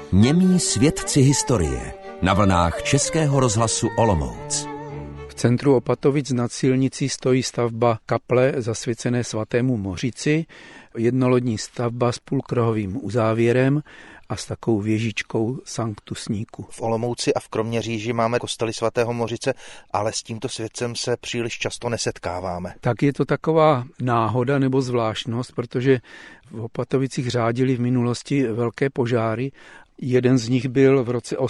Němí svědci historie na vlnách Českého rozhlasu Olomouc. V centru Opatovic nad silnicí stojí stavba kaple zasvěcené svatému Mořici, jednolodní stavba s půlkruhovým uzávěrem a s takovou věžičkou sanktusníku. V Olomouci a v Kroměříži máme kostely svatého Mořice, ale s tímto světcem se příliš často nesetkáváme. Tak je to taková náhoda nebo zvláštnost, protože v Opatovicích řádily v minulosti velké požáry. Jeden z nich byl v roce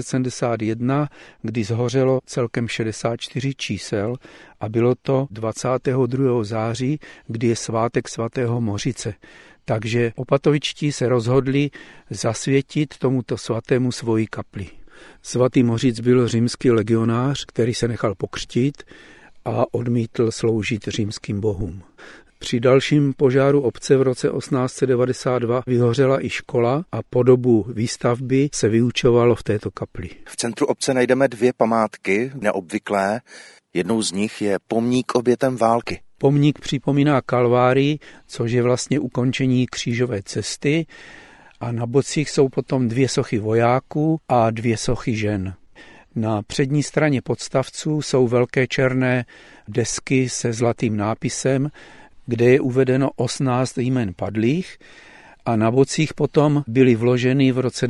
1871, kdy zhořelo celkem 64 čísel a bylo to 22. září, kdy je svátek svatého Mořice. Takže opatovičtí se rozhodli zasvětit tomuto svatému svoji kapli. Svatý Mořic byl římský legionář, který se nechal pokřtít a odmítl sloužit římským bohům. Při dalším požáru obce v roce 1892 vyhořela i škola a po dobu výstavby se vyučovalo v této kapli. V centru obce najdeme dvě památky neobvyklé. Jednou z nich je pomník obětem války. Pomník připomíná Kalvárii, což je vlastně ukončení křížové cesty, a na bocích jsou potom dvě sochy vojáků a dvě sochy žen. Na přední straně podstavců jsou velké černé desky se zlatým nápisem, kde je uvedeno 18 jmen padlých, a na bocích potom byly vloženy v roce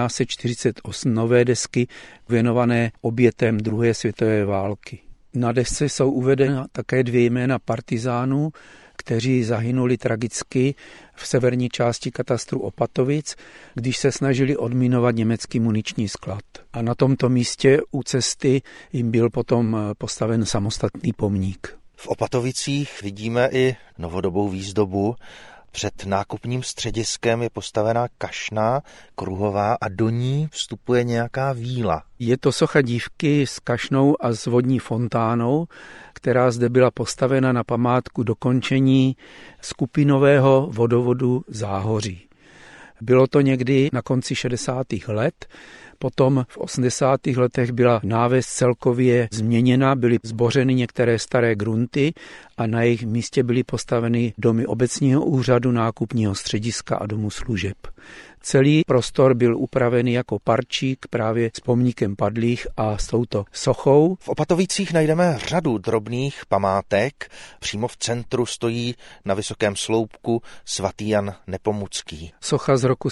1948 nové desky věnované obětem druhé světové války. Na desce jsou uvedena také dvě jména partizánů, kteří zahynuli tragicky v severní části katastru Opatovic, když se snažili odminovat německý muniční sklad. A na tomto místě u cesty jim byl potom postaven samostatný pomník. V Opatovicích vidíme i novodobou výzdobu. Před nákupním střediskem je postavená kašna kruhová a do ní vstupuje nějaká víla. Je to socha dívky s kašnou a s vodní fontánou, která zde byla postavena na památku dokončení skupinového vodovodu Záhoří. Bylo to někdy na konci 60. let, potom v 80. letech byla náves celkově změněna, byly zbořeny některé staré grunty a na jejich místě byly postaveny domy obecního úřadu, nákupního střediska a domu služeb. Celý prostor byl upravený jako parčík právě s pomníkem padlých a s touto sochou. V Opatovicích najdeme řadu drobných památek. Přímo v centru stojí na vysokém sloupku svatý Jan Nepomucký. Socha z roku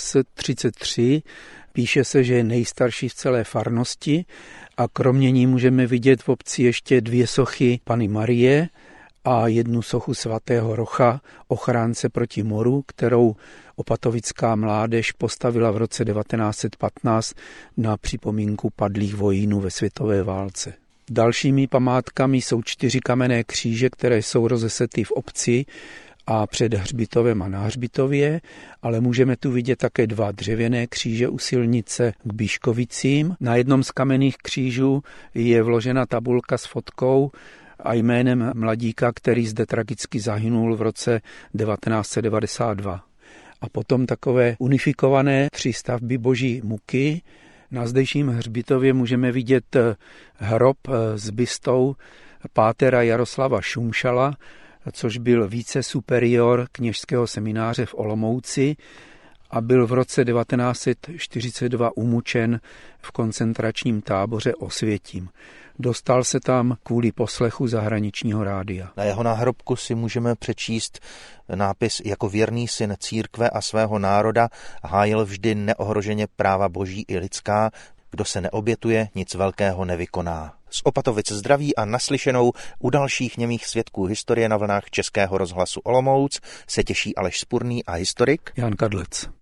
1733, píše se, že je nejstarší v celé farnosti, a kromě ní můžeme vidět v obci ještě dvě sochy Panny Marie a jednu sochu svatého Rocha, ochránce proti moru, kterou opatovická mládež postavila v roce 1915 na připomínku padlých vojínů ve světové válce. Dalšími památkami jsou 4 kamenné kříže, které jsou rozesety v obci a před hřbitovem a na hřbitově, ale můžeme tu vidět také 2 dřevěné kříže u silnice k Bíškovicím. Na jednom z kamenných křížů je vložena tabulka s fotkou a jménem mladíka, který zde tragicky zahynul v roce 1992. A potom takové unifikované 3 stavby Boží muky. Na zdejším hřbitově můžeme vidět hrob s bystou pátera Jaroslava Šumšala, což byl vicesuperior kněžského semináře v Olomouci a byl v roce 1942 umučen v koncentračním táboře Osvětim. Dostal se tam kvůli poslechu zahraničního rádia. Na jeho náhrobku si můžeme přečíst nápis: jako věrný syn církve a svého národa hájil vždy neohroženě práva boží i lidská, kdo se neobětuje, nic velkého nevykoná. Z Opatovic zdraví a naslyšenou u dalších němých svědků historie na vlnách Českého rozhlasu Olomouc se těší Aleš Spurný a historik Jan Kadlec.